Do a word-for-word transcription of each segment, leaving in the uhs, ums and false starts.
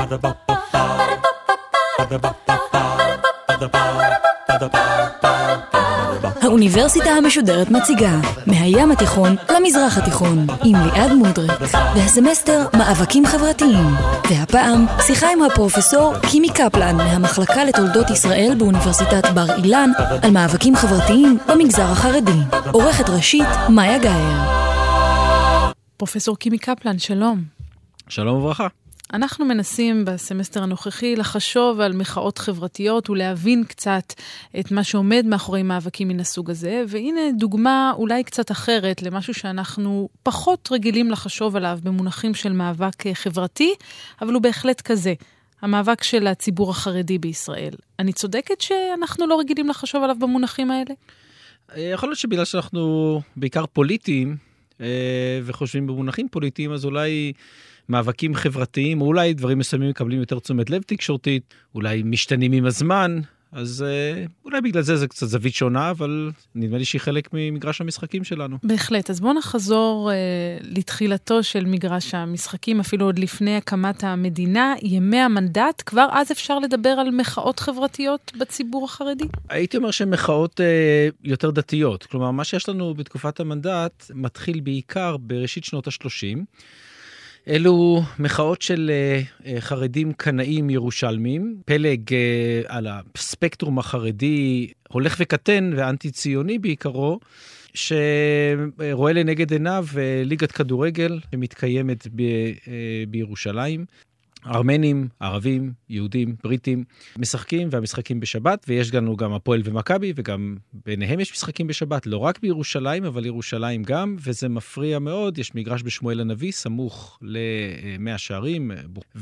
האוניברסיטה המשודרת מציגה מהים התיכון למזרח התיכון עם ליעד מודריק, והסמסטר מאבקים חברתיים, והפעם שיחה עם הפרופסור קימי קפלן מהמחלקה לתולדות ישראל באוניברסיטת בר אילן על מאבקים חברתיים במגזר החרדי. עורכת ראשית מאיה גאייר. פרופסור קימי קפלן, שלום. שלום וברכה. אנחנו מנסים בסמסטר הנוכחי לחשוב על מחאות חברתיות ולהבין קצת את מה שעומד מאחורי מאבקים מן הסוג הזה, והנה דוגמה אולי קצת אחרת למשהו שאנחנו פחות רגילים לחשוב עליו במונחים של מאבק חברתי, אבל הוא בהחלט כזה, המאבק של הציבור החרדי בישראל. אני צודקת שאנחנו לא רגילים לחשוב עליו במונחים האלה? יכול להיות שבגלל שאנחנו בעיקר פוליטיים, וחושבים במונחים פוליטיים, אז אולי מאבקים חברתיים, או אולי דברים מסוימים מקבלים יותר תשומת לב תקשורתית, אולי משתנים עם הזמן, אז אולי בגלל זה זה קצת זווית שונה, אבל נדמה לי שהיא חלק ממגרש המשחקים שלנו. בהחלט, אז בואו נחזור אה, לתחילתו של מגרש המשחקים, אפילו עוד לפני הקמת המדינה, ימי המנדט, כבר אז אפשר לדבר על מחאות חברתיות בציבור החרדי? הייתי אומר שהן מחאות אה, יותר דתיות, כלומר מה שיש לנו בתקופת המנדט מתחיל בעיקר בראשית שנות ה-שלושים, אלו מחאות של uh, חרדים קנאים ירושלמים, פלג uh, על הספקטרום החרדי הולך וקטן ואנטי-ציוני בעיקרו, שרואה לנגד עיניו uh, ליגת כדורגל שמתקיימת ב, uh, בירושלים. ארמנים, ערבים, יהודים, בריטים, משחקים והמשחקים בשבת, ויש לנו גם הפועל ומכבי, וגם ביניהם יש משחקים בשבת, לא רק בירושלים, אבל ירושלים גם, וזה מפריע מאוד, יש מגרש בשמואל הנביא, סמוך למאה שערים,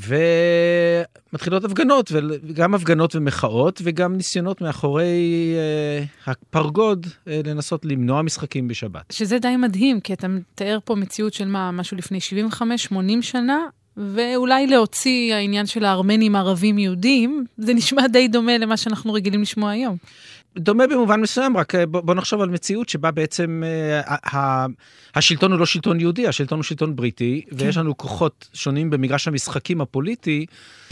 ומתחילות הפגנות, וגם הפגנות ומחאות, וגם ניסיונות מאחורי uh, הפרגוד, uh, לנסות למנוע משחקים בשבת. שזה די מדהים, כי אתה מתאר פה מציאות של מה, משהו לפני שבעים וחמש שמונים שנה, ואולי להוציא העניין של הארמנים ערבים יהודים, זה נשמע די דומה למה שאנחנו רגילים לשמוע היום. דומה במובן מסוים, רק בוא נחשוב על מציאות שבה בעצם השלטון הוא לא שלטון יהודי, השלטון הוא שלטון בריטי, ויש לנו כוחות שונים במגרש המשחקים הפוליטי,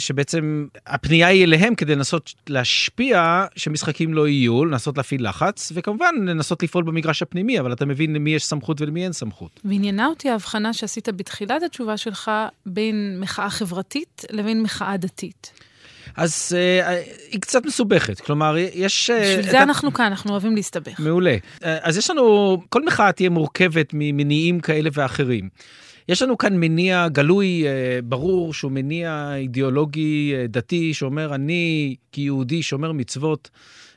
שבעצם הפנייה היא אליהם כדי לנסות להשפיע שמשחקים לא יהיו, לנסות להפעיל לחץ, וכמובן לנסות לפעול במגרש הפנימי, אבל אתה מבין למי יש סמכות ולמי אין סמכות. ועניינה אותי ההבחנה שעשית בתחילת התשובה שלך בין מחאה חברתית לבין מחאה דתית. אז uh, היא קצת מסובכת, כלומר, יש... בשביל זה אנחנו כאן, אנחנו אוהבים להסתבך. מעולה. אז יש לנו, כל מחאה תהיה מורכבת ממניעים כאלה ואחרים. יש לנו כאן מניע גלוי, ברור, שהוא מניע אידיאולוגי דתי, שאומר, אני כיהודי שומר מצוות,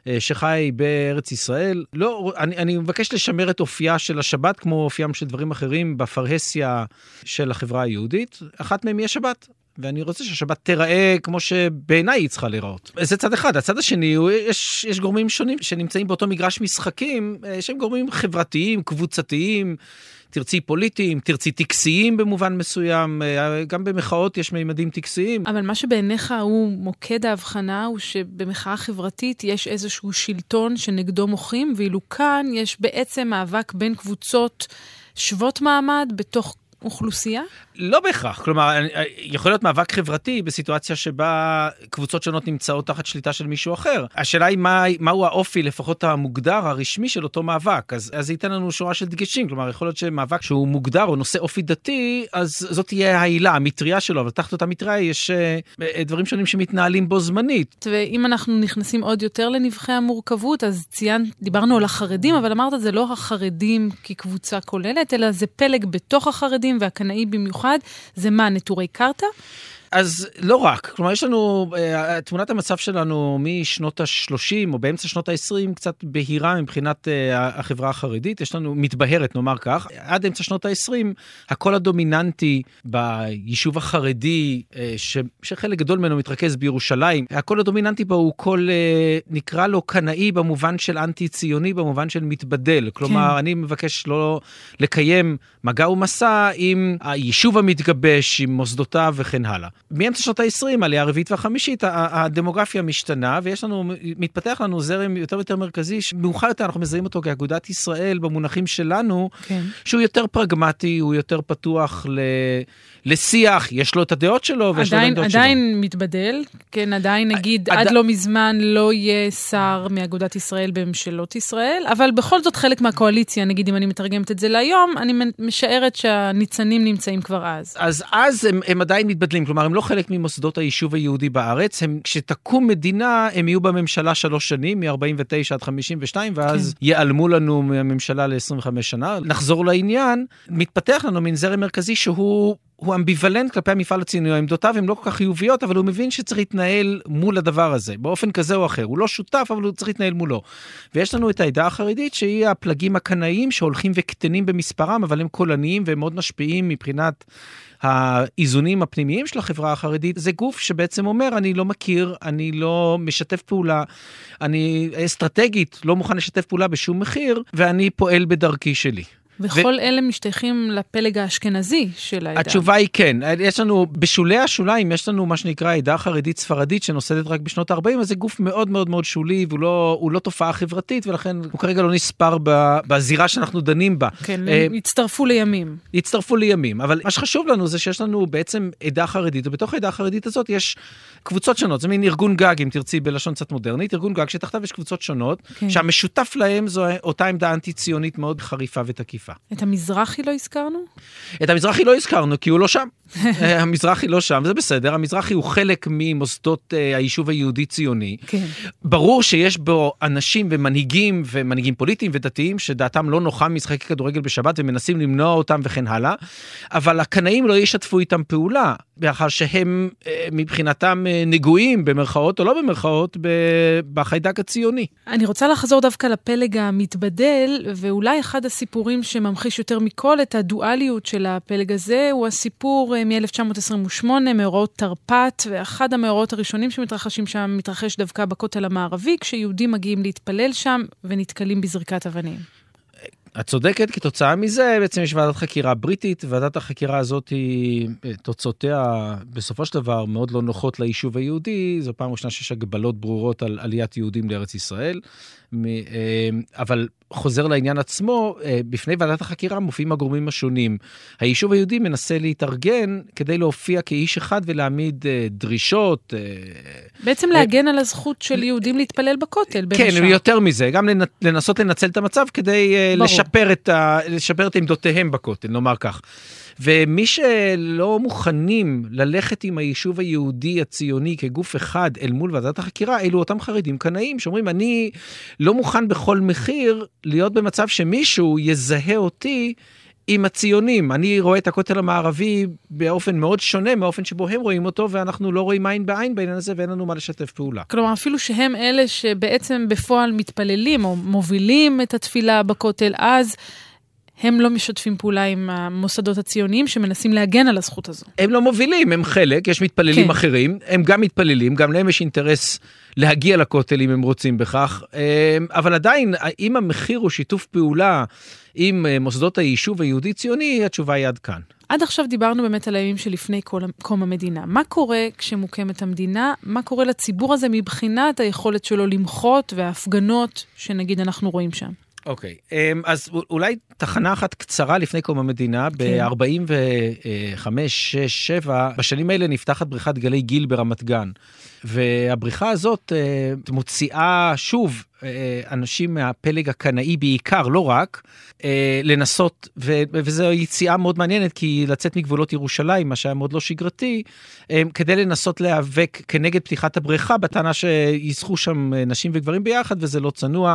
שחי בארץ ישראל. לא, אני, אני מבקש לשמר את אופייה של השבת, כמו אופיים של דברים אחרים, בפרהסיה של החברה היהודית. אחת מהם היא השבת. ואני רוצה שהשבת תיראה כמו שבעיניי היא צריכה להיראות. זה צד אחד. הצד השני, יש, יש גורמים שונים שנמצאים באותו מגרש משחקים, שהם גורמים חברתיים, קבוצתיים, תרצי פוליטיים, תרצי טקסיים במובן מסוים, גם במחאות יש מימדים טקסיים. אבל מה שבעיניך הוא מוקד ההבחנה, הוא שבמחאה חברתית יש איזשהו שלטון שנגדו מוחים, ואילו כאן יש בעצם מאבק בין קבוצות שוות מעמד בתוך אוכלוסייה? לא בהכרח, כלומר, יכול להיות מאבק חברתי בסיטואציה שבה קבוצות שונות נמצאות תחת שליטה של מישהו אחר. השאלה היא מה, מהו האופי, לפחות המוגדר, הרשמי של אותו מאבק. אז, אז זה ייתן לנו שורה של דגשים, כלומר, יכול להיות שמאבק שהוא מוגדר או נושא אופי דתי, אז זאת תהיה העילה, המטריה שלו, אבל תחת אותה מטריה יש uh, דברים שונים שמתנהלים בו זמנית. ואם אנחנו נכנסים עוד יותר לנבחי המורכבות, אז ציין, דיברנו על החרדים, אבל אמרת, זה לא החרדים כקבוצה כוללת, אלא זה פלג בתוך החרדים, והקנאי במיוחד, זה מה, נטורי קרתא? אז לא רק, כלומר יש לנו, תמונת המצב שלנו משנות ה-שלושים או באמצע שנות ה-עשרים קצת בהירה מבחינת החברה החרדית, יש לנו מתבהרת נאמר כך, עד אמצע שנות ה-עשרים הקול הדומיננטי ביישוב החרדי, ש, שחלק גדול ממנו מתרכז בירושלים, הקול הדומיננטי בו הוא קול נקרא לו קנאי במובן של אנטי-ציוני, במובן של מתבדל, כלומר כן. אני מבקש לא לקיים מגע ומסע עם היישוב המתגבש, עם מוסדותיו וכן הלאה. מאמצע שנות ה-עשרים, עלייה הרביעית והחמישית, הדמוגרפיה משתנה, ויש לנו, מתפתח לנו זרם יותר ויותר מרכזי, שמאוחר יותר אנחנו מזהים אותו כאגודת ישראל, במונחים שלנו, כן. שהוא יותר פרגמטי, הוא יותר פתוח ל... לשיח, יש לו את הדעות שלו, ויש עדיין, לו את העמדות שלו. עדיין מתבדל, כן, עדיין נגיד, עד, עד לא מזמן לא יהיה שר מאגודת ישראל בממשלות ישראל, אבל בכל זאת חלק מהקואליציה, נגיד אם אני מתרגמת את זה להיום, אני משערת שהניצנים נמצאים כבר אז. אז אז הם, הם עדיין מתבדלים, כלומר, הם לא חלק ממוסדות היישוב היהודי בארץ, הם, כשתקום מדינה, הם יהיו בממשלה שלוש שנים, מ-ארבעים ותשע עד חמישים ושתיים, ואז כן. ייעלמו לנו מהממשלה ל-עשרים וחמש שנה. נחזור לעניין, מתפתח לנו מין זרם מרכזי שהוא הוא אמביוולנט כלפי המפעל הציוני, העמדותיו הן לא כל כך חיוביות, אבל הוא מבין שצריך להתנהל מול הדבר הזה, באופן כזה או אחר. הוא לא שותף, אבל הוא צריך להתנהל מולו. ויש לנו את העדה החרדית, שהיא הפלגים הקנאיים, שהולכים וקטנים במספרם, אבל הם קולניים והם מאוד משפיעים מבחינת האיזונים הפנימיים של החברה החרדית. זה גוף שבעצם אומר, אני לא מכיר, אני לא משתף פעולה, אני אסטרטגית לא מוכן לשתף פעולה בשום מחיר, ואני פועל בדרכי שלי. וכל ו... אלה משתייכים לפלג האשכנזי של העדה. התשובה היא כן. יש לנו, בשולי השוליים, יש לנו מה שנקרא העדה החרדית ספרדית, שנוסדת רק בשנות ה-ארבעים, אז זה גוף מאוד מאוד מאוד שולי, והוא לא, הוא לא תופעה חברתית, ולכן הוא כרגע לא נספר בזירה שאנחנו דנים בה. כן, uh, הצטרפו לימים. הצטרפו לימים, אבל מה שחשוב לנו זה שיש לנו בעצם עדה חרדית, ובתוך העדה החרדית הזאת יש קבוצות שונות. זה מין ארגון גג, אם תרצי, בלשון קצת מודרנית, ארגון גג שתחתיו יש קבוצות שונות, כן. שהמשותף להם זו אותה עמדה אנטי-ציונית מאוד חריפה ותקיפה. את המזרחי לא הזכרנו? את המזרחי לא הזכרנו, כי הוא לא שם. המזרחי לא שם, זה בסדר. המזרחי הוא חלק ממוסדות היישוב היהודי ציוני. כן. ברור שיש בו אנשים ומנהיגים ומנהיגים פוליטיים ודתיים שדעתם לא נוחה משחקי כדורגל בשבת ומנסים למנוע אותם וכן הלאה, אבל הקנאים לא ישתפו איתם פעולה, מאחר שהם מבחינתם נגועים במרכאות או לא במרכאות בחיידק הציוני. אני רוצה לחזור דווקא לפלג המתבדל, ואולי אחד הסיפורים שממחיש יותר מכל את הדואליות של הפלג הזה, הוא הסיפור מ-אלף תשע מאות עשרים ושמונה, מאורעות תרפ"ט, ואחד המאורעות הראשונים שמתרחשים שם מתרחש דווקא בכותל המערבי, כשיהודים מגיעים להתפלל שם ונתקלים בזריקת אבנים. את צודקת, כתוצאה מזה בעצם יש ועדת חקירה בריטית, ועדת החקירה הזאת היא, תוצאותיה בסופו של דבר מאוד לא נוחות ליישוב היהודי, זו פעם ראשונה שיש הגבלות ברורות על עליית יהודים לארץ ישראל, אבל חוזר לעניין עצמו, בפני ועדת החקירה מופיעים הגורמים השונים. היישוב היהודי מנסה להתארגן כדי להופיע כאיש אחד ולהעמיד דרישות. בעצם להגן על הזכות של יהודים להתפלל בכותל. כן, יותר מזה, גם לנסות לנצל את המצב כדי לשפר את, לשפר את עמדותיהם בכותל, נאמר כך. ומי שלא מוכנים ללכת עם היישוב היהודי הציוני כגוף אחד אל מול ועדת החקירה, אלו אותם חרדים קנאים שאומרים, אני לא מוכן בכל מחיר להיות במצב שמישהו יזהה אותי עם הציונים. אני רואה את הכותל המערבי באופן מאוד שונה, מאופן שבו הם רואים אותו, ואנחנו לא רואים עין בעין בעניין הזה, ואין לנו מה לשתף פעולה. כלומר, אפילו שהם אלה שבעצם בפועל מתפללים, או מובילים את התפילה בכותל, אז הם לא משתפים פעולה עם המוסדות הציוניים שמנסים להגן על הזכות הזו. הם לא מובילים, הם חלק, יש מתפללים כן. אחרים, הם גם מתפללים, גם להם יש אינטרס להגיע לכותל אם הם רוצים בכך, אבל עדיין, אם המחיר הוא שיתוף פעולה עם מוסדות היישוב היהודי ציוני, התשובה היא עד כאן. עד עכשיו דיברנו באמת על הימים שלפני קום המדינה. מה קורה כשמוקמת המדינה? מה קורה לציבור הזה מבחינת היכולת שלו למחות וההפגנות שנגיד אנחנו רואים שם? אוקיי, אז אולי תחנה אחת קצרה לפני קום המדינה, ב-ארבעים וחמש, שש, שבע, בשנים האלה נפתחת בריכת גלי גיל ברמת גן, והבריכה הזאת מוציאה שוב אנשים מהפלג הקנאי בעיקר, לא רק, לנסות, וזו יציאה מאוד מעניינת, כי לצאת מגבולות ירושלים, מה שהיה מאוד לא שגרתי, כדי לנסות להיאבק כנגד פתיחת הבריכה, בטענה שיסחו שם נשים וגברים ביחד, וזה לא צנוע,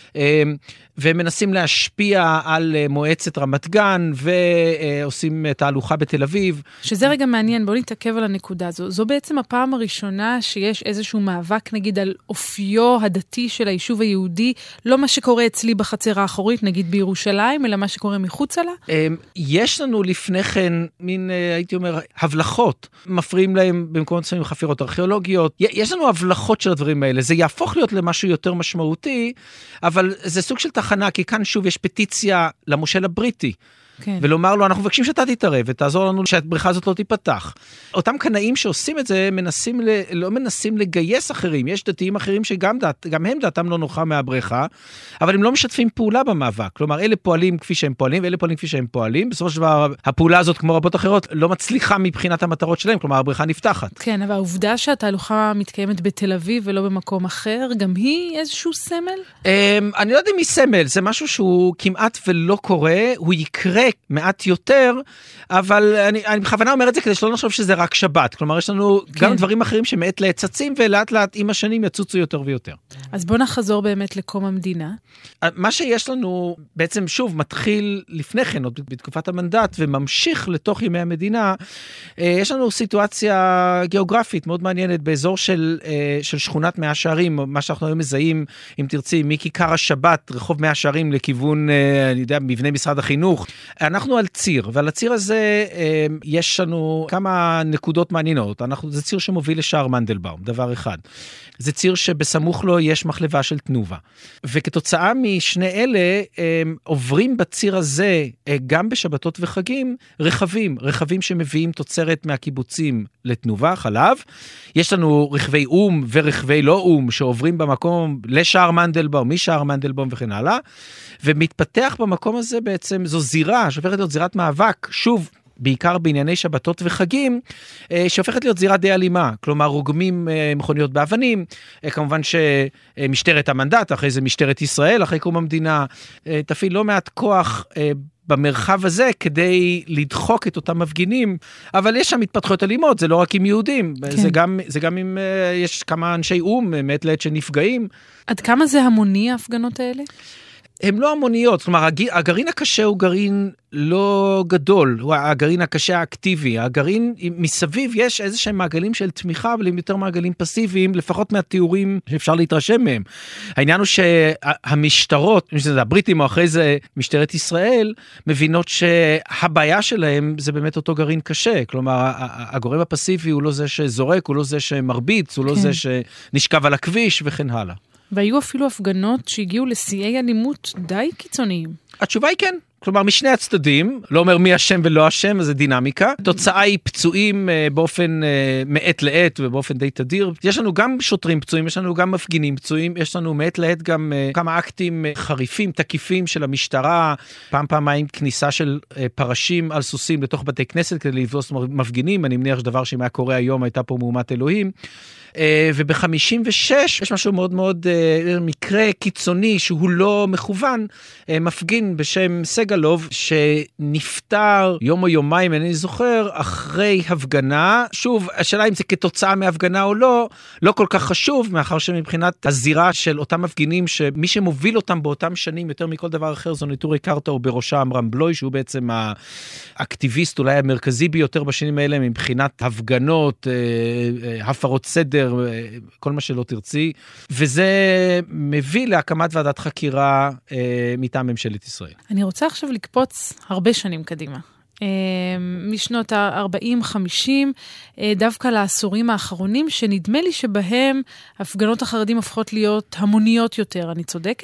ומנסים להשפיע על מועצת רמת גן, ועושים תהלוכה בתל אביב. שזה רגע מעניין, בואו נתעכב על הנקודה הזו. זו בעצם הפעם הראשונה שיש איזשהו מאבק, נגיד, על אופיו הדתי של היישוב היהודי, לא מה שקורה אצלי בחצר האחורית, נגיד בירושלים, אלא מה שקורה מחוץ לה? יש לנו לפני כן, מין, הייתי אומר, הבלחות. מפריעים להם במקומות מסוימים חפירות ארכיאולוגיות. יש לנו הבלחות של הדברים האלה. זה יהפוך להיות למשהו יותר משמעותי, אבל זה סוג של תחנה, כי כאן שוב יש פטיציה למושל הבריטי, כן. ולומר לו, אנחנו מבקשים שאתה תתערב, ותעזור לנו שהבריכה הזאת לא תיפתח. אותם קנאים שעושים את זה, מנסים ל... לא מנסים לגייס אחרים. יש דתיים אחרים שגם דעת, גם הם דעתם לא נוחה מהבריכה, אבל הם לא משתפים פעולה במאבק. כלומר, אלה פועלים כפי שהם פועלים, ואלה פועלים כפי שהם פועלים. בסופו של דבר, הפעולה הזאת, כמו רבות אחרות, לא מצליחה מבחינת המטרות שלהם, כלומר, הבריכה נפתחת. כן, אבל העובדה שהתהלוכה מתקיימת בתל אביב ולא במקום אחר, גם היא איזשהו סמל? אני לא יודע אם היא סמל, זה משהו שהוא כמעט ולא קורה, הוא יקרה מעט יותר, אבל אני, אני בכוונה אומר את זה כדי שלא נחשוב שזה רק שבת. כלומר, יש לנו כן. גם דברים אחרים שמעט לעת צצים, ולאט לאט עם השנים יצוצו יותר ויותר. אז בוא נחזור באמת לקום המדינה. מה שיש לנו בעצם שוב מתחיל לפני כן, עוד בתקופת המנדט, וממשיך לתוך ימי המדינה. יש לנו סיטואציה גיאוגרפית מאוד מעניינת באזור של, של שכונת מאה שערים, מה שאנחנו היום מזהים, אם תרצי, מכיכר השבת, רחוב מאה שערים לכיוון, אני יודע, מבנה משרד החינוך. אנחנו על ציר, ועל הציר הזה יש לנו כמה נקודות מעניינות. אנחנו, זה ציר שמוביל לשער מנדלבאום, דבר אחד. זה ציר שבסמוך לו יש מחלבה של תנובה. וכתוצאה משני אלה, הם עוברים בציר הזה, גם בשבתות וחגים, רכבים, רכבים שמביאים תוצרת מהקיבוצים לתנובה, חלב. יש לנו רכבי אום ורכבי לא אום, שעוברים במקום לשער מנדלבאום, משער מנדלבאום וכן הלאה. ומתפתח במקום הזה בעצם, זו זירה, שהופכת להיות זירת מאבק, שוב, בעיקר בענייני שבתות וחגים, שהופכת להיות זירה די אלימה, כלומר רוגמים מכוניות באבנים, כמובן שמשטרת המנדט, אחרי זה משטרת ישראל, אחרי קום המדינה, תפעיל לא מעט כוח במרחב הזה כדי לדחוק את אותם מפגינים, אבל יש שם התפתחויות אלימות, זה לא רק עם יהודים, כן. זה גם, זה גם עם, יש כמה אנשי אום, מעת לעת שנפגעים. עד כמה זה המוני ההפגנות האלה? הם לא המוניות, כלומר, הגרעין הקשה הוא גרעין לא גדול, הוא הגרעין הקשה האקטיבי, הגרעין מסביב יש איזה שהם מעגלים של תמיכה, אבל הם יותר מעגלים פסיביים, לפחות מהתיאורים שאפשר להתרשם מהם. העניין הוא שהמשטרות, הבריטים או אחרי זה משטרת ישראל, מבינות שהבעיה שלהם זה באמת אותו גרעין קשה, כלומר, הגורם הפסיבי הוא לא זה שזורק, הוא לא זה שמרביץ, הוא לא זה שנשכב על הכביש וכן הלאה. והיו אפילו הפגנות שהגיעו לשיאי אלימות די קיצוניים. התשובה היא כן. כלומר, משני הצדדים, לא אומר מי אשם ולא אשם, זה דינמיקה. התוצאה היא פצועים באופן מעט לעת ובאופן די תדיר. יש לנו גם שוטרים פצועים, יש לנו גם מפגינים פצועים, יש לנו מעט לעת גם כמה אקטים חריפים, תקיפים של המשטרה, פעם פעמיים כניסה של פרשים על סוסים לתוך בתי כנסת כדי לבלוס מפגינים. אני מניח שדבר שאם היה קורה היום הייתה פה מהומת אלוהים. וב-חמישים ושש יש משהו מאוד מאוד מקרה קיצוני שהוא לא מכוון, מפגין בשם סגלוב שנפטר יום או יומיים, אני זוכר, אחרי הפגנה. שוב, השאלה אם זה כתוצאה מהפגנה או לא, לא כל כך חשוב, מאחר שמבחינת הזירה של אותם מפגינים, שמי שמוביל אותם באותם שנים יותר מכל דבר אחר, זו נטורי קרתא ובראשה אמרם בלוי, שהוא בעצם האקטיביסט אולי המרכזי ביותר בשנים האלה, מבחינת הפגנות, הפרות סדר, כל מה שלא תרצי, וזה מביא להקמת ועדת חקירה אה, מטעם ממשלת ישראל. אני רוצה עכשיו לקפוץ הרבה שנים קדימה. אה, משנות ה-ארבעים חמישים, אה, דווקא לעשורים האחרונים, שנדמה לי שבהם הפגנות החרדים הופכות להיות המוניות יותר. אני צודקת?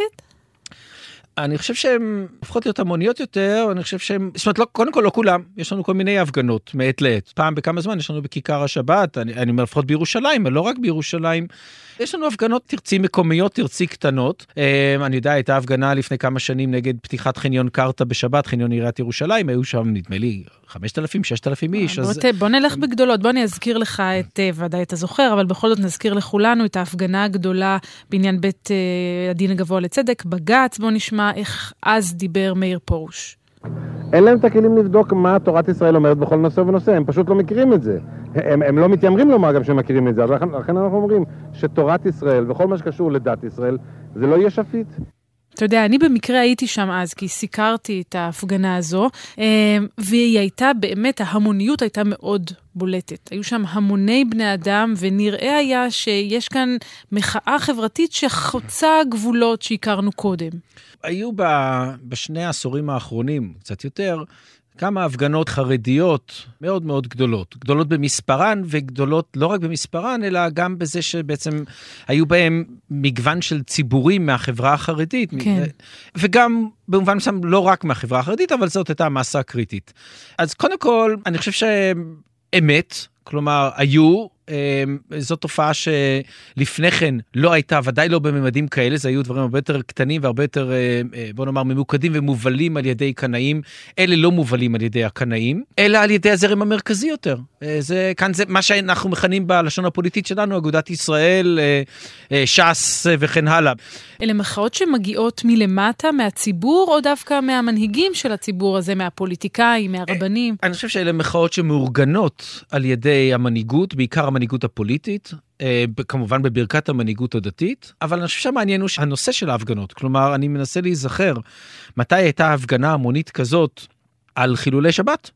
אני חושב שהן הופכות להיות המוניות יותר, אני חושב שהן, זאת אומרת, לא, קודם כל לא כולם, יש לנו כל מיני הפגנות מעת לעת. פעם בכמה זמן יש לנו בכיכר השבת, אני, אני אומר לפחות בירושלים, אבל לא רק בירושלים, יש לנו הפגנות תרצי מקומיות, תרצי קטנות. אני יודע, הייתה הפגנה לפני כמה שנים נגד פתיחת חניון קרתא בשבת, חניון עיריית ירושלים, היו שם נדמה לי חמשת אלפים, ששת אלפים איש. בוא, אז... בוא נלך בגדולות, בוא נזכיר לך את, ודאי את הזוכר, אבל בכל זאת נזכיר לכולנו את ההפגנה הגדולה בעניין בית הדין הגבוה לצדק, בג"ץ. בוא נשמע איך אז דיבר מאיר פרוש. אין להם את הכלים לבדוק מה תורת ישראל אומרת בכל נושא ונושא, הם פשוט לא מכירים את זה. הם, הם לא מתיימרים לומר גם שהם מכירים את זה, אז לכן, לכן אנחנו אומרים שתורת ישראל וכל מה שקשור לדת ישראל, זה לא יהיה שפיט. אתה יודע, אני במקרה הייתי שם אז, כי סיקרתי את ההפגנה הזו, והיא הייתה באמת, ההמוניות הייתה מאוד בולטת. היו שם המוני בני אדם, ונראה היה שיש כאן מחאה חברתית שחוצה גבולות שהכרנו קודם. היו בשני העשורים האחרונים, קצת יותר, כמה הפגנות חרדיות מאוד מאוד גדולות, גדולות במספרן וגדולות לא רק במספרן, אלא גם בזה שבעצם היו בהם מגוון של ציבורים מהחברה החרדית, כן. וגם במובן מסוים לא רק מהחברה החרדית, אבל זאת הייתה המסה הקריטית. אז קודם כל, אני חושב שאמת, כלומר, היו, זאת תופעה שלפני כן לא הייתה, ודאי לא בממדים כאלה, זה היו דברים הרבה יותר קטנים והרבה יותר, בוא נאמר, ממוקדים ומובלים על ידי קנאים, אלה לא מובלים על ידי הקנאים, אלא על ידי הזרם המרכזי יותר. זה, כאן זה מה שאנחנו מכנים בלשון הפוליטית שלנו, אגודת ישראל, ש"ס וכן הלאה. אלה מחאות שמגיעות מלמטה, מהציבור, או דווקא מהמנהיגים של הציבור הזה, מהפוליטיקאים, מהרבנים? אני חושב שאלה מחאות שמאורגנות על ידי המנהיגות, בעיקר המנהיגות הפוליטית, כמובן בברכת המנהיגות הדתית, אבל אני חושב שהמעניין הוא הנושא של ההפגנות. כלומר, אני מנסה להיזכר מתי הייתה הפגנה המונית כזאת על חילולי שבת.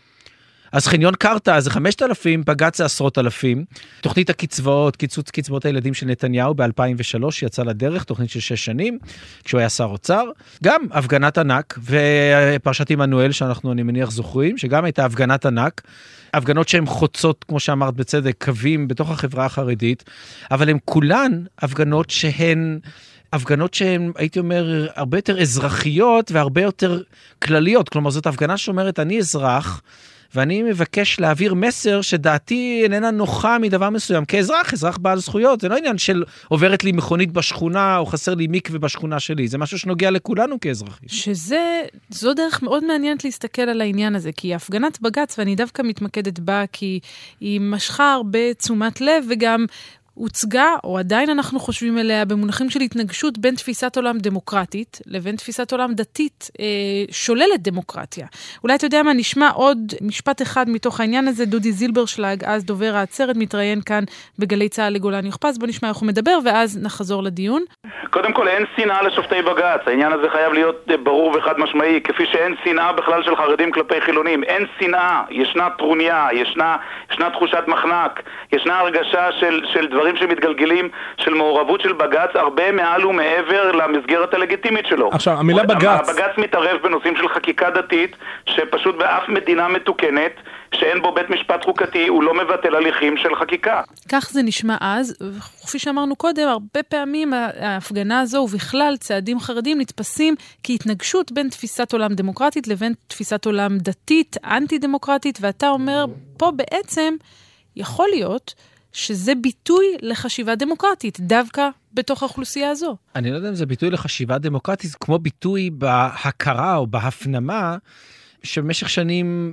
אז חניון קרתא זה חמשת אלפים, בג"ץ זה עשרות אלפים. תוכנית הקצבאות, קיצוץ קצבאות הילדים של נתניהו ב-אלפיים ושלוש יצא לדרך, תוכנית של שש שנים, כשהוא היה שר אוצר. גם הפגנת ענק, ופרשת עמנואל שאנחנו אני מניח זוכרים, שגם הייתה הפגנת ענק. הפגנות שהן חוצות, כמו שאמרת בצדק, קווים בתוך החברה החרדית, אבל הן כולן הפגנות שהן... הפגנות שהן, הייתי אומר, הרבה יותר אזרחיות והרבה יותר כלליות. כלומר, זאת הפגנה שאומרת, אני אזרח, ואני מבקש להעביר מסר שדעתי איננה נוחה מדבר מסוים. כאזרח, אזרח בעל זכויות, זה לא עניין של עוברת לי מכונית בשכונה, או חסר לי מקווה בשכונה שלי. זה משהו שנוגע לכולנו כאזרחים. שזה, זו דרך מאוד מעניינת להסתכל על העניין הזה, כי הפגנת בג"ץ, ואני דווקא מתמקדת בה, כי היא משכה הרבה תשומת לב, וגם הוצגה, או עדיין אנחנו חושבים עליה, במונחים של התנגשות בין תפיסת עולם דמוקרטית, לבין תפיסת עולם דתית אה, שוללת דמוקרטיה. אולי אתה יודע מה, נשמע עוד משפט אחד מתוך העניין הזה, דודי זילברשלג, אז דובר העצרת, מתראיין כאן בגלי צהל לגולן יוחפז, בוא נשמע איך הוא מדבר, ואז נחזור לדיון. קודם כל, אין שנאה לשופטי בג"ץ, העניין הזה חייב להיות ברור וחד משמעי, כפי שאין שנאה בכלל של חרדים כלפי חילונים, אין שנאה, ישנה טרוניה, ישנה, ישנה תחושת מחנק, ישנה הרגשה של, של דברים שמתגלגלים של מעורבות של בג"ץ הרבה מעל ומעבר למסגרת הלגיטימית שלו. עכשיו, המילה בג"ץ... הבג"ץ מתערב בנושאים של חקיקה דתית, שפשוט באף מדינה מתוקנת, שאין בו בית משפט חוקתי, הוא לא מבטל הליכים של חקיקה. כך זה נשמע אז, וכפי שאמרנו קודם, הרבה פעמים ההפגנה הזו ובכלל צעדים חרדים נתפסים כהתנגשות בין תפיסת עולם דמוקרטית לבין תפיסת עולם דתית, אנטי-דמוקרטית, ואתה אומר, פה בעצם יכול להיות שזה ביטוי לחשיבה דמוקרטית, דווקא בתוך האוכלוסייה הזו. אני לא יודע אם זה ביטוי לחשיבה דמוקרטית, כמו ביטוי בהכרה או בהפנמה, שבמשך שנים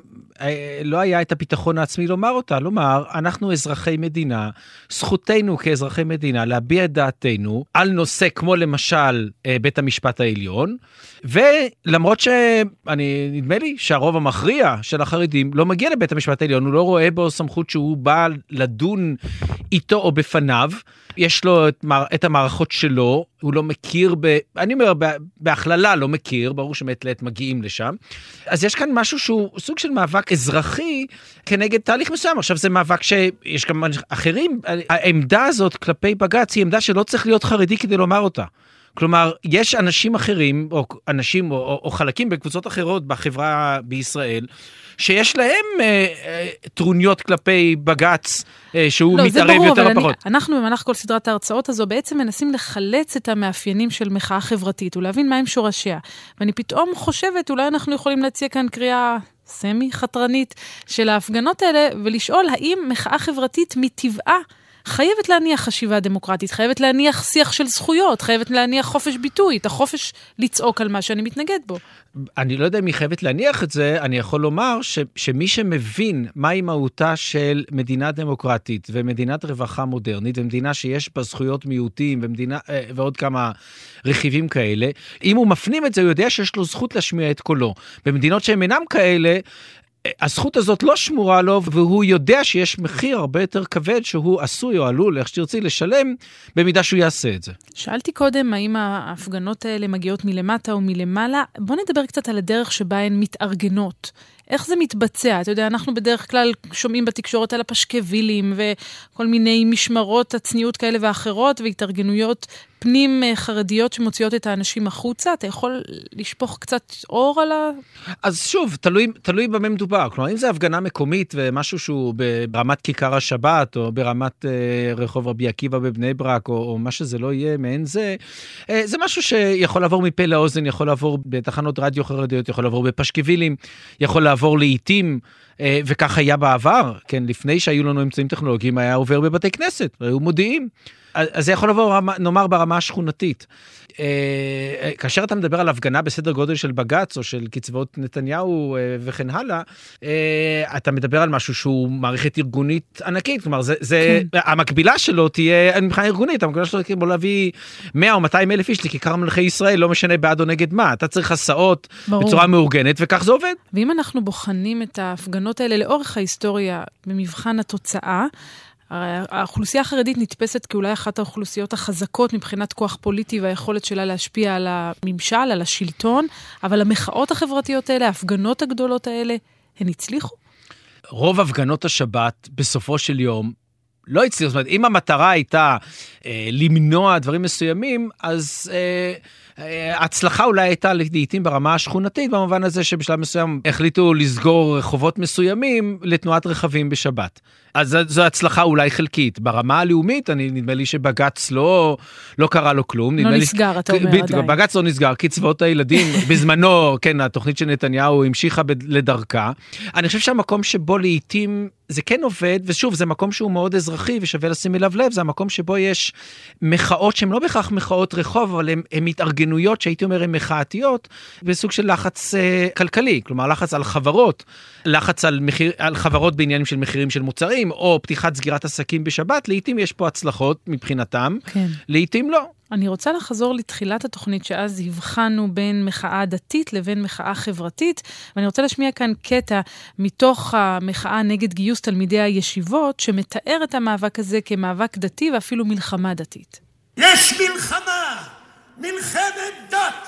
לא היה את הביטחון העצמי לומר אותה, לומר, אנחנו אזרחי מדינה, זכותנו כאזרחי מדינה להביע את דעתנו על נושא כמו למשל בית המשפט העליון, ולמרות שאני, נדמה לי שהרוב המכריע של החרדים לא מגיע לבית המשפט העליון, הוא לא רואה בו סמכות שהוא בא לדון איתו או בפניו, יש לו את, את המערכות שלו, הוא לא מכיר, ב, אני אומר, בהכללה לא מכיר, ברור שמעת לעת מגיעים לשם, אז יש כאן משהו שהוא סוג של מאבק אזרחי כנגד תהליך מסוים. עכשיו זה מאבק שיש גם אחרים, העמדה הזאת כלפי בג"ץ היא עמדה שלא צריך להיות חרדי כדי לומר אותה. כלומר, יש אנשים אחרים, או אנשים, או, או, או חלקים בקבוצות אחרות בחברה בישראל, שיש להם אה, אה, טרוניות כלפי בג"ץ, אה, שהוא לא, מתערב ברור, יותר אבל לפחות. אני, אנחנו במהלך כל סדרת ההרצאות הזו, בעצם מנסים לחלץ את המאפיינים של מחאה חברתית, ולהבין מהם שורשיה. ואני פתאום חושבת, אולי אנחנו יכולים להציע כאן קריאה סמי חתרנית של ההפגנות האלה, ולשאול האם מחאה חברתית מטבעה, חייבת להניח חשיבה דמוקרטית, חייבת להניח שיח של זכויות, חייבת להניח חופש ביטוי, את החופש לצעוק על מה שאני מתנגד בו. אני לא יודע אם היא חייבת להניח את זה, אני יכול לומר ש, שמי שמבין מהי מהותה של מדינה דמוקרטית ומדינת רווחה מודרנית, ומדינה שיש בה זכויות מיעוטים ומדינה, ועוד כמה רכיבים כאלה, אם הוא מפנים את זה, הוא יודע שיש לו זכות להשמיע את קולו. במדינות שהן אינם כאלה, הזכות הזאת לא שמורה לו, והוא יודע שיש מחיר הרבה יותר כבד שהוא עשוי או עלול, איך שתרצי, לשלם, במידה שהוא יעשה את זה. שאלתי קודם, האם ההפגנות האלה מגיעות מלמטה או מלמעלה? בוא נדבר קצת על הדרך שבה הן מתארגנות. איך זה מתבצע? אתה יודע, אנחנו בדרך כלל שומעים בתקשורת על הפשקווילים וכל מיני משמרות הצניעות כאלה ואחרות והתארגנויות פנים חרדיות שמוציאות את האנשים החוצה. אתה יכול לשפוך קצת אור על ה... אז שוב, תלוי, תלוי במה מדובר. כלומר, אם זה הפגנה מקומית ומשהו שהוא ברמת כיכר השבת, או ברמת אה, רחוב רבי עקיבא בבני ברק, או, או מה שזה לא יהיה מעין זה, אה, זה משהו שיכול לעבור מפה לאוזן, יכול לעבור בתחנות רדיו חרדיות, יכול לעבור בפשקווילים, יכול לעבור לעיתים, אה, וכך היה בעבר, כן, לפני שהיו לנו אמצעים טכנולוגיים, היה עובר בבתי כנסת, היו מודיעים. אז זה יכול לבוא, נאמר, ברמה השכונתית. כאשר אתה מדבר על הפגנה בסדר גודל של בגץ, או של קצבאות נתניהו וכן הלאה, אתה מדבר על משהו שהוא מערכת ארגונית ענקית, כלומר, זה, המקבילה שלו תהיה, מבחינה ארגונית, המקבילה שלו תהיה בוא להביא מאה או מאתיים אלף איש לכיכר מלכי ישראל, לא משנה בעד או נגד מה, אתה צריך הסעות בצורה מאורגנת, וכך זה עובד. ואם אנחנו בוחנים את ההפגנות האלה לאורך ההיסטוריה, במבחן התוצאה, האוכלוסייה החרדית נתפסת כאולי אחת האוכלוסיות החזקות מבחינת כוח פוליטי והיכולת שלה להשפיע על הממשל, על השלטון, אבל המחאות החברתיות האלה, ההפגנות הגדולות האלה, הן הצליחו? רוב הפגנות השבת בסופו של יום לא הצליחו. זאת אומרת, אם המטרה הייתה אה, למנוע דברים מסוימים, אז... אה, ההצלחה אולי הייתה לעיתים ברמה השכונתית, במובן הזה שבשלב מסוים החליטו לסגור רחובות מסוימים לתנועת רכבים בשבת. אז זו הצלחה אולי חלקית. ברמה הלאומית, אני נדמה לי שבגץ לא, לא קרה לו כלום. לא נסגר, לי, אתה אומר ב, עדיין. בגץ לא נסגר, קצבאות הילדים, בזמנו, כן, התוכנית של נתניהו המשיכה לדרכה. אני חושב שהמקום שבו לעיתים זה כן עובד, ושוב, זה מקום שהוא מאוד אזרחי, ושווה לשים אליו לב, זה המקום שבו יש מחאות שהן לא בכך מחאות רחוב, אבל הן מתארגנויות, שהייתי אומר, הן מחאתיות, בסוג של לחץ אה, כלכלי, כלומר, לחץ על חברות, לחץ על, מחיר, על חברות בעניינים של מחירים של מוצרים, או פתיחת סגירת עסקים בשבת, לעתים יש פה הצלחות מבחינתם, כן. לעתים לא. אני רוצה לחזור לתחילת התוכנית שאז הבחנו בין מחאה דתית לבין מחאה חברתית, ואני רוצה להשמיע כאן קטע מתוך המחאה נגד גיוס תלמידי הישיבות, שמתאר את המאבק הזה כמאבק דתי ואפילו מלחמה דתית. יש מלחמה, מלחמת דת,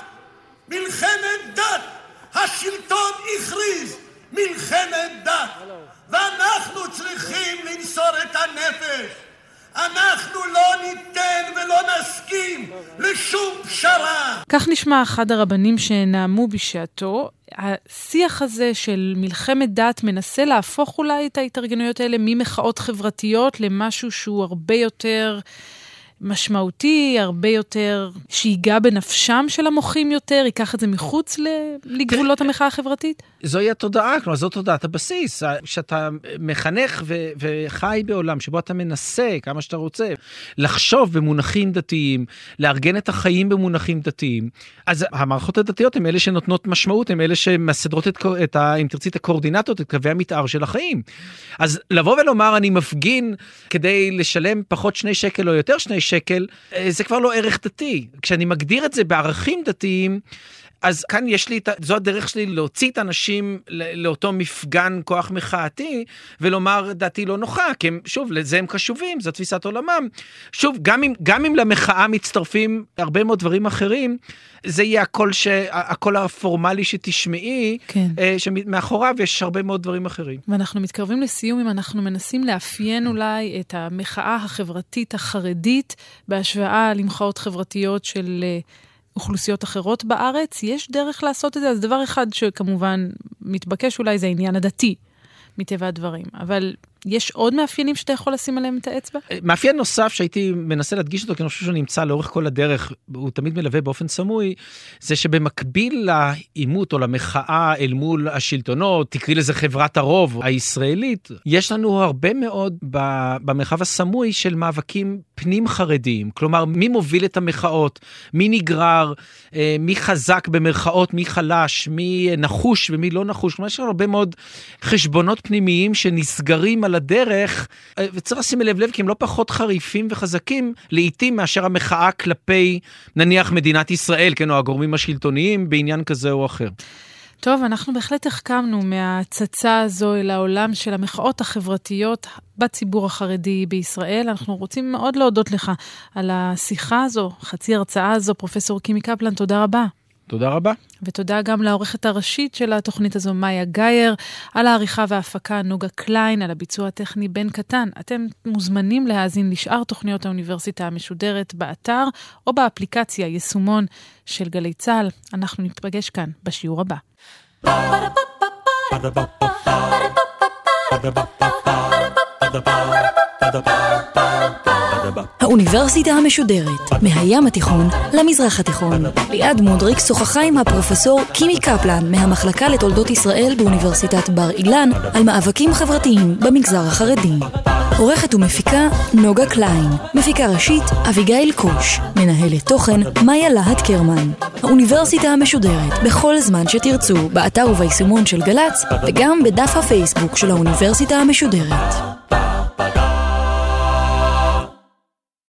מלחמת דת, השלטון הכריז מלחמת דת, ואנחנו צריכים למסור את הנפש. אנחנו לא ניתן ולא נסכים לשום פשרה. כך נשמע אחד הרבנים שנעמו בשעתו. השיח הזה של מלחמת דת מנסה להפוך אולי את ההתארגנויות האלה ממחאות חברתיות למשהו שהוא הרבה יותר משמעותי, הרבה יותר שיגע בנפשם של המוחים יותר, ייקח את זה מחוץ לגבולות המחאה החברתית? זוהי התודעה, כלומר, זו תודעת הבסיס, שאתה מחנך ו- וחי בעולם, שבו אתה מנסה, כמה שאתה רוצה, לחשוב במונחים דתיים, לארגן את החיים במונחים דתיים, אז המערכות הדתיות הן אלה שנותנות משמעות, הן אלה שמסדרות את, את ה, אם תרצי, את הקורדינטות, את קווי המתאר של החיים. אז לבוא ולומר, אני מפגין כדי לשלם פחות שני שקל או יותר שני שקל, זה כבר לא ערך דתי. כשאני מגדיר את זה בערכים דתיים, אז כאן יש לי, זו הדרך שלי להוציא את האנשים לאותו מפגן כוח מחאתי, ולומר דעתי לא נוחה, כי הם, שוב, לזה הם קשובים, זו תפיסת עולמם. שוב, גם אם, גם אם למחאה מצטרפים הרבה מאוד דברים אחרים, זה יהיה הקול, ש, הקול הפורמלי שתשמעי, כן. שמאחוריו יש הרבה מאוד דברים אחרים. ואנחנו מתקרבים לסיום, אם אנחנו מנסים לאפיין אולי את המחאה החברתית החרדית, בהשוואה למחאות חברתיות של אוכלוסיות אחרות בארץ, יש דרך לעשות את זה. אז דבר אחד שכמובן מתבקש אולי זה העניין הדתי, מטבע הדברים. אבל יש עוד מאפיינים שאתה יכול לשים עליהם את האצבע? מאפיין נוסף שהייתי מנסה להדגיש אותו, כי אני חושב שהוא נמצא לאורך כל הדרך, הוא תמיד מלווה באופן סמוי, זה שבמקביל לעימות או למחאה אל מול השלטונות, תקריא לזה חברת הרוב הישראלית, יש לנו הרבה מאוד במרחב הסמוי של מאבקים פנים חרדיים. כלומר, מי מוביל את המחאות, מי נגרר, מי חזק במרכאות, מי חלש, מי נחוש ומי לא נחוש. כלומר, יש לנו הרבה מאוד חשבונות פנימיים שנסגרים על הדרך, וצריך לשים לב לב, כי הם לא פחות חריפים וחזקים, לעתים מאשר המחאה כלפי, נניח, מדינת ישראל, כן, או הגורמים השלטוניים, בעניין כזה או אחר. טוב, אנחנו בהחלט החכמנו מהצצה הזו אל העולם של המחאות החברתיות בציבור החרדי בישראל. אנחנו רוצים מאוד להודות לך על השיחה הזו, חצי הרצאה הזו. פרופסור קימי קפלן, תודה רבה. תודה רבה. ותודה גם לעורכת הראשית של התוכנית הזו, מאיה גייר, על העריכה וההפקה נוגה קליין, על הביצוע הטכני בן קטן. אתם מוזמנים להאזין לשאר תוכניות האוניברסיטה המשודרת באתר, או באפליקציה יישומון של גלי צהל. אנחנו נתפגש כאן בשיעור הבא. האוניברסיטה המשודרת, מהים התיכון למזרח התיכון. ליעד מודריק שוחחה עם הפרופסור קימי קפלן מהמחלקה לתולדות ישראל באוניברסיטת בר אילן על מאבקים חברתיים במגזר החרדי. עורכת ומפיקה נוגה קליין, מפיקה ראשית אביגיל קוש, מנהלת תוכן מאיה להט קרמן. האוניברסיטה המשודרת, בכל זמן שתרצו, באתר וביישומון של גל"צ וגם בדף הפייסבוק של האוניברסיטה המשודרת.